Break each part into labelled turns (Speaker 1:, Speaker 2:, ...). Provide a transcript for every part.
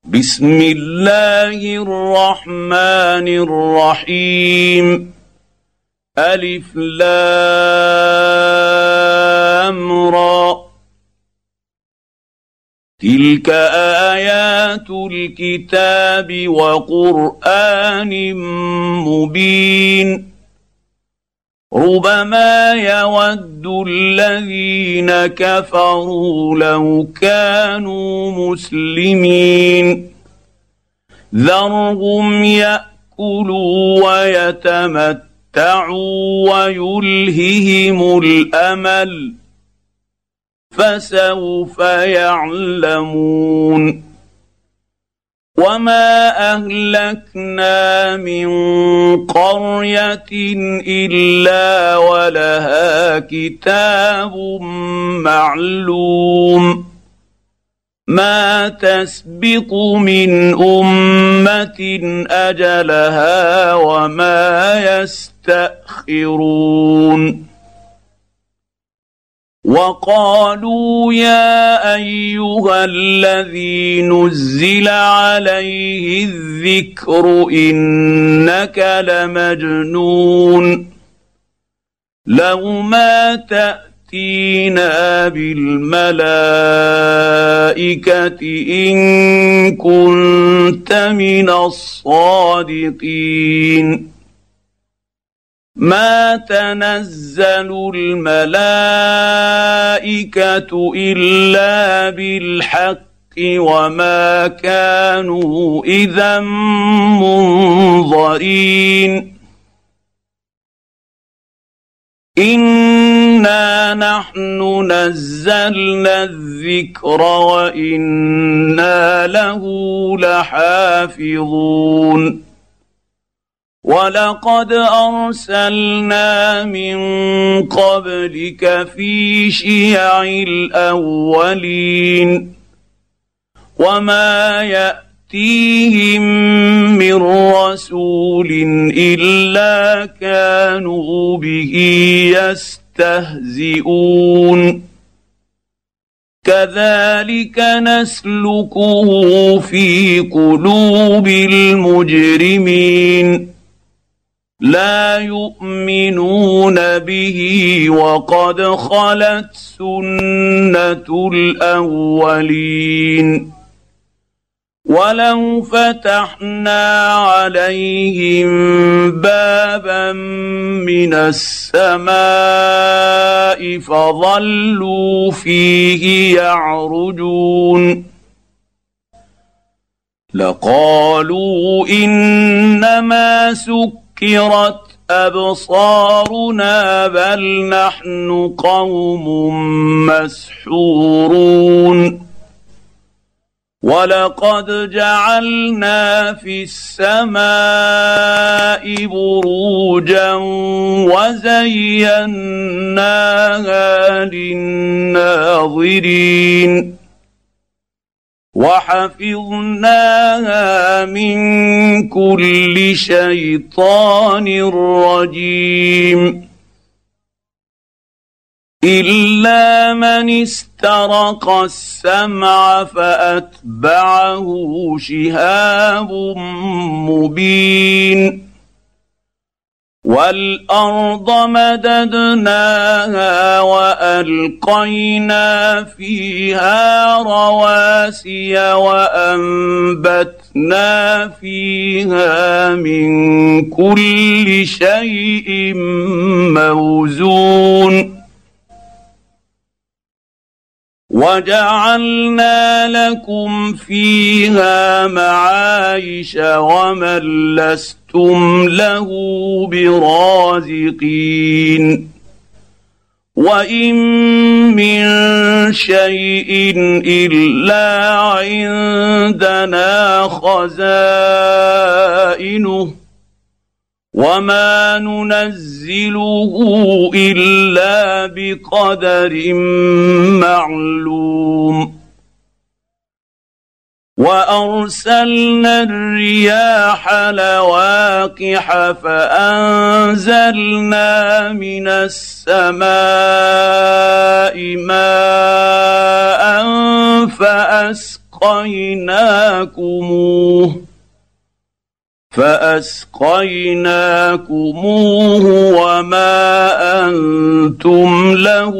Speaker 1: بسم الله الرحمن الرحيم ألف لام را تلك آيات الكتاب وقرآن مبين ربما يود الذين كفروا لو كانوا مسلمين ذرهم يأكلوا ويتمتعوا ويلههم الأمل فسوف يعلمون وما أهلكنا من قرية إلا ولها كتاب معلوم ما تسبق من أمة أجلها وما يستأخرون وقالوا يا أيها الذي نزل عليه الذكر إنك لمجنون لو ما تأتينا بالملائكة إن كنت من الصادقين ما تنزل الملائكة إلا بالحق وما كانوا إذا منظرين إنا نحن نزلنا الذكر وإنا له لحافظون ولقد أرسلنا من قبلك في شيع الأولين وما يأتيهم من رسول إلا كانوا به يستهزئون كذلك نسلكه في قلوب المجرمين لا يؤمنون به وقد خلت سنة الأولين ولو فتحنا عليهم بابا من السماء فظلوا فيه يعرجون لقالوا إنما سكرت أبصارنا بل نحن قوم مسحورون ولقد جعلنا في السماء بروجا وزيناها للناظرين وحفظناها من كل شيطان رجيم إلا من استرق السمع فأتبعه شهاب مبين والأرض مددناها وألقينا فيها رواسي وأنبتنا فيها من كل شيء موزون وجعلنا لكم فيها معايش ومن لستم له برازقين وإن من شيء إلا عندنا خزائنه وما ننزله إلا بقدر معلوم وأرسلنا الرياح لواقح فأنزلنا من السماء ماء فأسقيناكموه وما أنتم له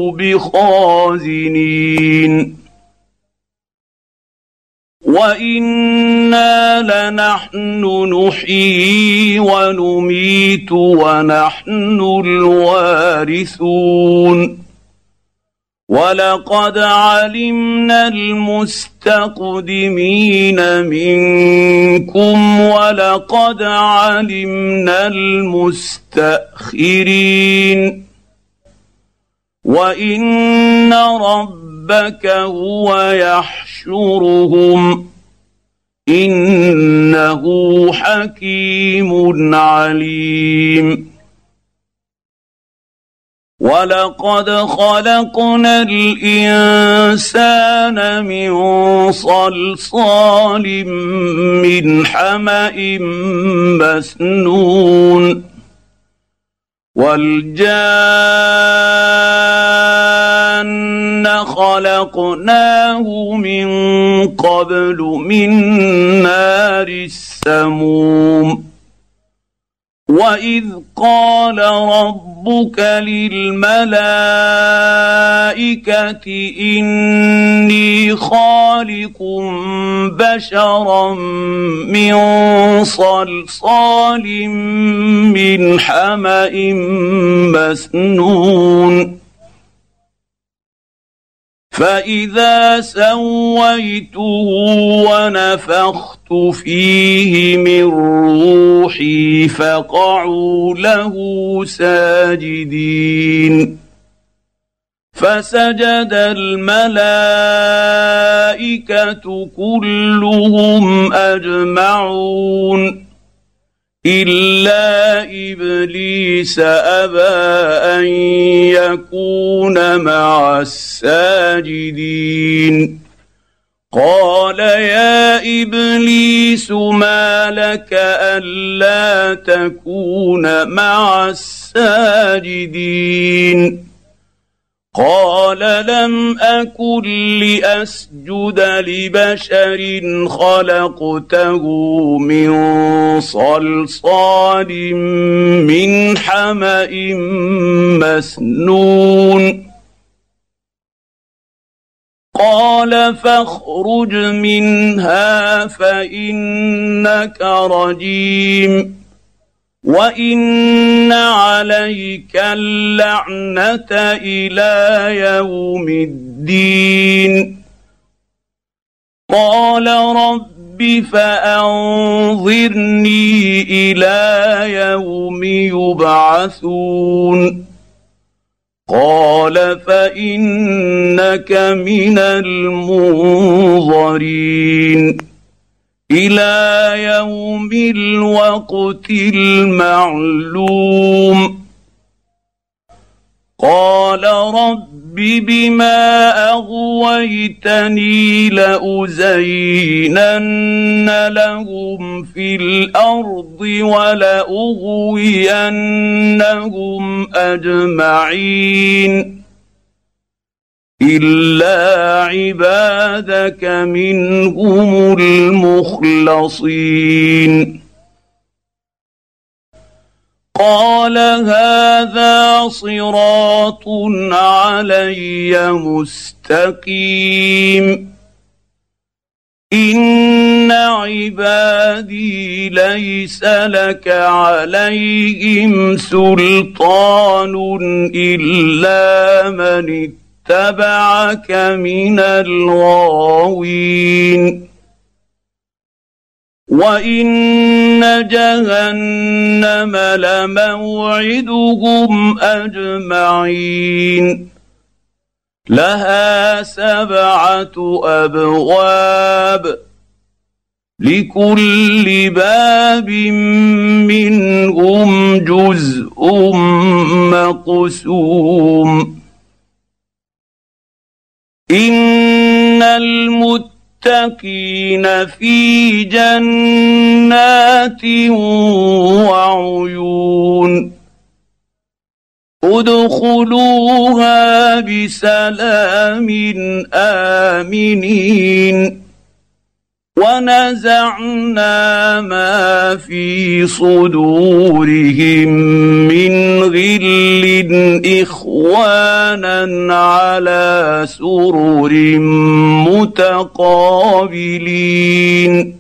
Speaker 1: بخازنين وإنا لنحن نحيي ونميت ونحن الوارثون ولقد علمنا المستقدمين منكم ولقد علمنا المستأخرين وإن ربك هو يحشرهم إنه حكيم عليم ولقد خلقنا الإنسان من صلصال من حمأ مسنون والجان خلقناه من قبل من نار السموم وإذ قال ربك للملائكة إني خالق بشرا من صلصال من حمأ مسنون فإذا سويته ونفخت فيه من روحي فقعوا له ساجدين فسجد الملائكة كلهم أجمعون إلا إبليس أبى أن يكون مع الساجدين قال يا إبليس ما لك ألا تكون مع الساجدين قال لم أكن لأسجد لبشر خلقته من صلصال من حمأ مسنون قال فاخرج منها فإنك رجيم وإن عليك اللعنة إلى يوم الدين قال رب فأنظرني إلى يوم يبعثون قال فإنك من المنظرين إلى يوم الوقت المعلوم قال رب بما أغويتني لأزينن لهم في الأرض ولأغوينهم أجمعين إلا عبادك منهم المخلصين قال هذا صراط علي مستقيم إن عبادي ليس لك عليهم سلطان إلا من اتبعك من الغاوين وإن جهنم لموعدهم أجمعين لها 7 أبواب لكل باب منهم جزء مقسوم إن المتقين في جنات وعيون ادخلوها بسلام آمنين ونزعنا ما في صدورهم من غل إخوانا على سرر متقابلين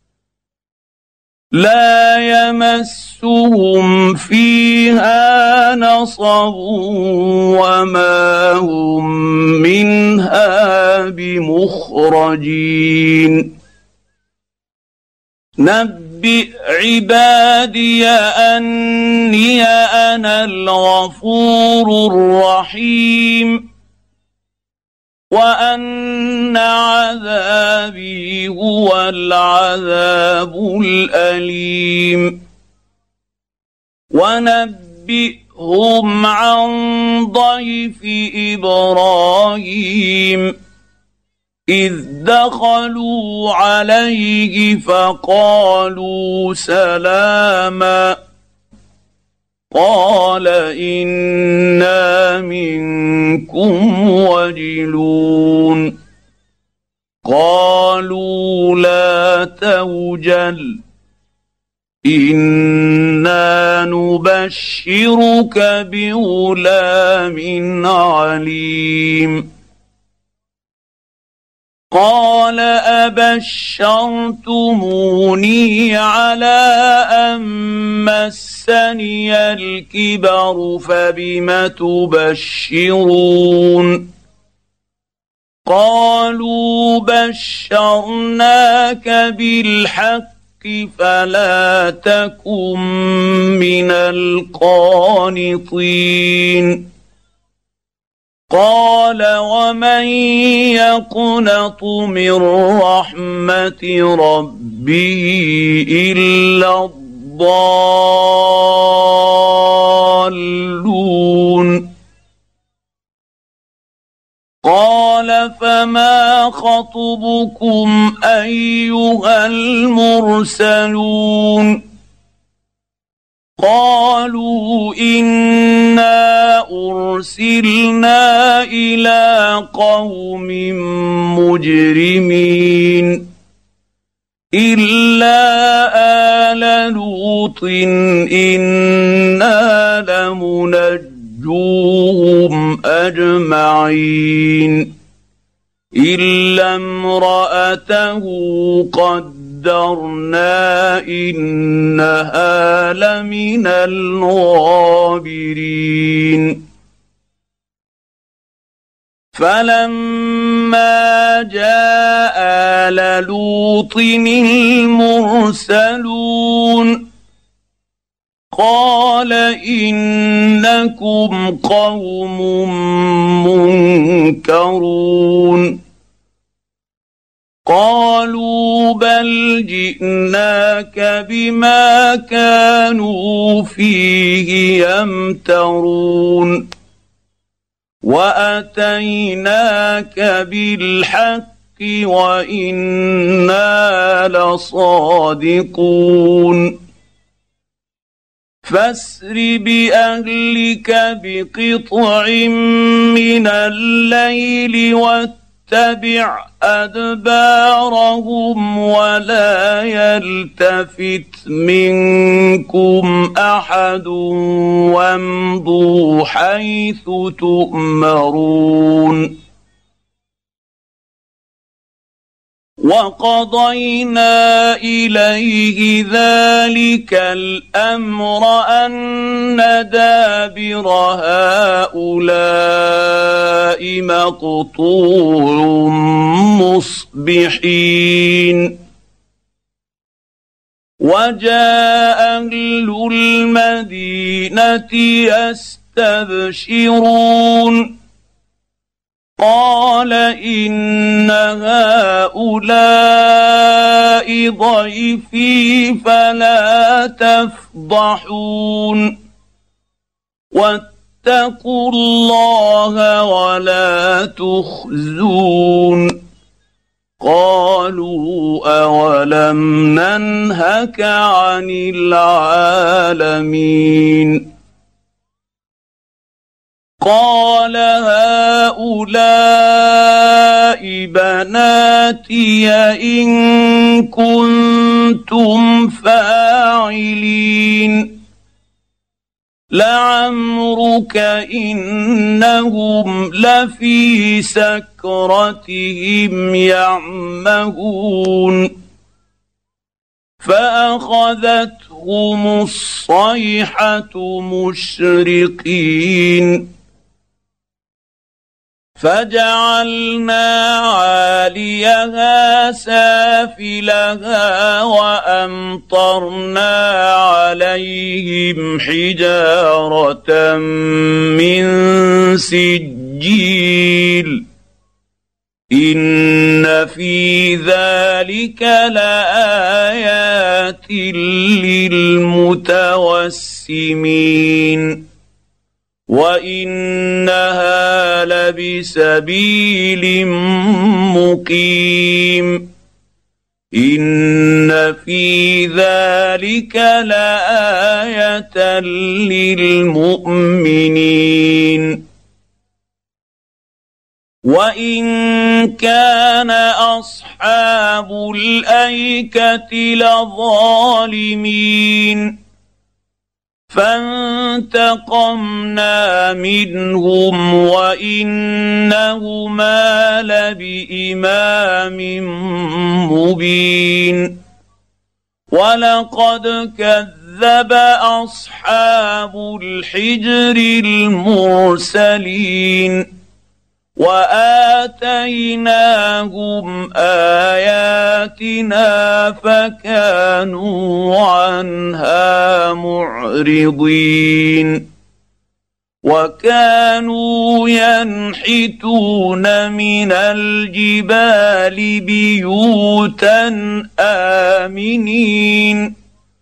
Speaker 1: لا يمسهم فيها نصب وما هم منها بمخرجين نبئ عبادي أني أنا الغفور الرحيم وأن عذابي هو العذاب الأليم ونبئهم عن ضيف إبراهيم إذ دخلوا عليه فقالوا سلاما قال إنا منكم وجلون قالوا لا توجل إنا نبشرك بغلام عليم قال أبشرتموني على أن مسني الكبر فبم تبشرون قالوا بشرناك بالحق فلا تكن من القانطين قال ومن يقنط من رحمة ربه إلا الضالون قال فما خطبكم أيها المرسلون قالوا إنا أرسلنا إلى قوم مجرمين إلا آل لوط إنا لمنجوهم أجمعين إلا امرأته قدرنا إنها لمن الغابرين فلما جاء آل لوط المرسلون قال إنكم قوم منكرون قالوا بل جئناك بما كانوا فيه يمترون وأتيناك بالحق وإنا لصادقون فاسر بأهلك بقطع من الليل واتبع أدبارهم ولا يلتفت منكم أحد وامضوا حيث تؤمرون وقضينا إليه ذلك الأمر أن دابر هؤلاء مقطوع مصبحين وجاء أهل المدينة يستبشرون قال إن هؤلاء ضيفي فلا تفضحون واتقوا الله ولا تخزون قالوا أولم ننهك عن العالمين قال هؤلاء بناتي إن كنتم فاعلين لعمرك إنهم لفي سكرتهم يعمهون فأخذتهم الصيحة مشرقين فجعلنا عاليها سافلها وأمطرنا عليهم حجارة من سجيل إن في ذلك لآيات للمتوسمين وإنها لبسبيل مقيم إن في ذلك لآية للمؤمنين وإن كان أصحاب الأيكة لظالمين فانتقمنا منهم وإنهما لبإمام مبين ولقد كذب أصحاب الحجر المرسلين وآتيناهم آياتنا فكانوا عنها معرضين وكانوا ينحتون من الجبال بيوتا آمنين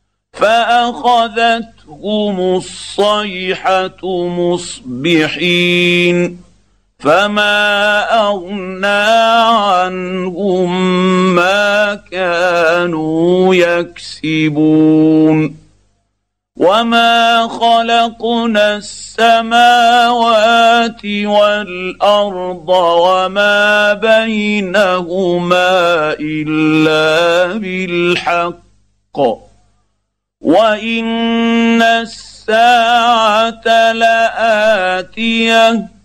Speaker 1: فأخذتهم الصيحة مصبحين فما أغنى عنهم ما كانوا يكسبون وما خلقنا السماوات والأرض وما بينهما إلا بالحق وإن الساعة لآتية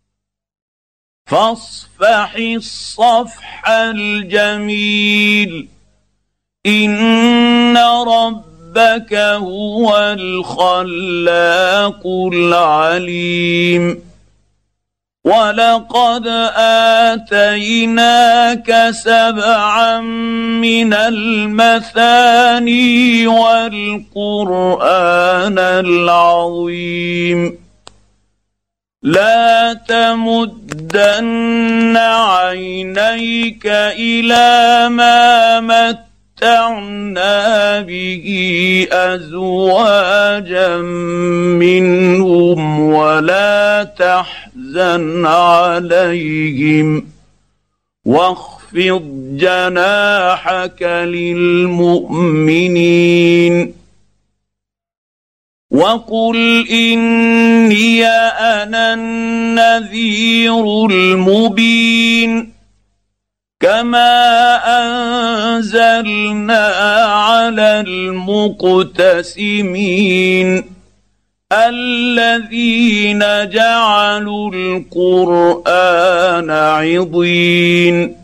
Speaker 1: فاصفح الصفح الجميل إن ربك هو الخلاق العليم ولقد آتيناك 7 من المثاني والقرآن العظيم لا تمدن عينيك إلى ما متعنا به أزواجا منهم ولا تحزن عليهم واخفض جناحك للمؤمنين وقل إني أنا النذير المبين كما أنزلنا على المقتسمين الذين جعلوا القرآن عضين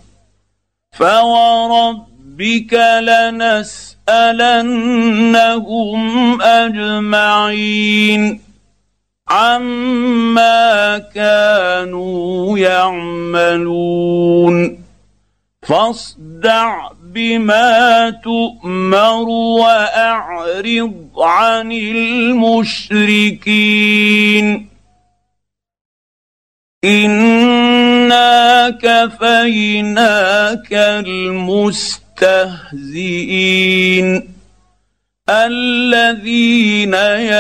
Speaker 1: فوربك لنسألنهم أجمعين عما كانوا يعملون فاصدع بما تؤمر وأعرض عن المشركين إنا كفيناك المستهزئين الذين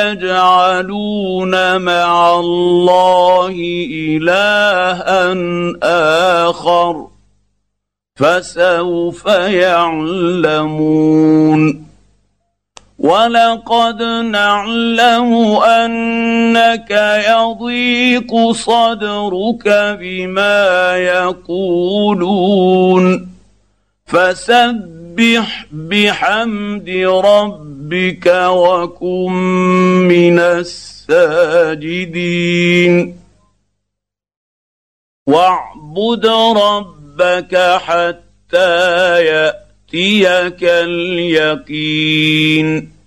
Speaker 1: يجعلون مع الله إلها آخر فسوف يعلمون ولقد نعلم انك يضيق صدرك بما يقولون فسبح بحمد ربك وكن من الساجدين واعبد ربك حتى يأتيك اليقين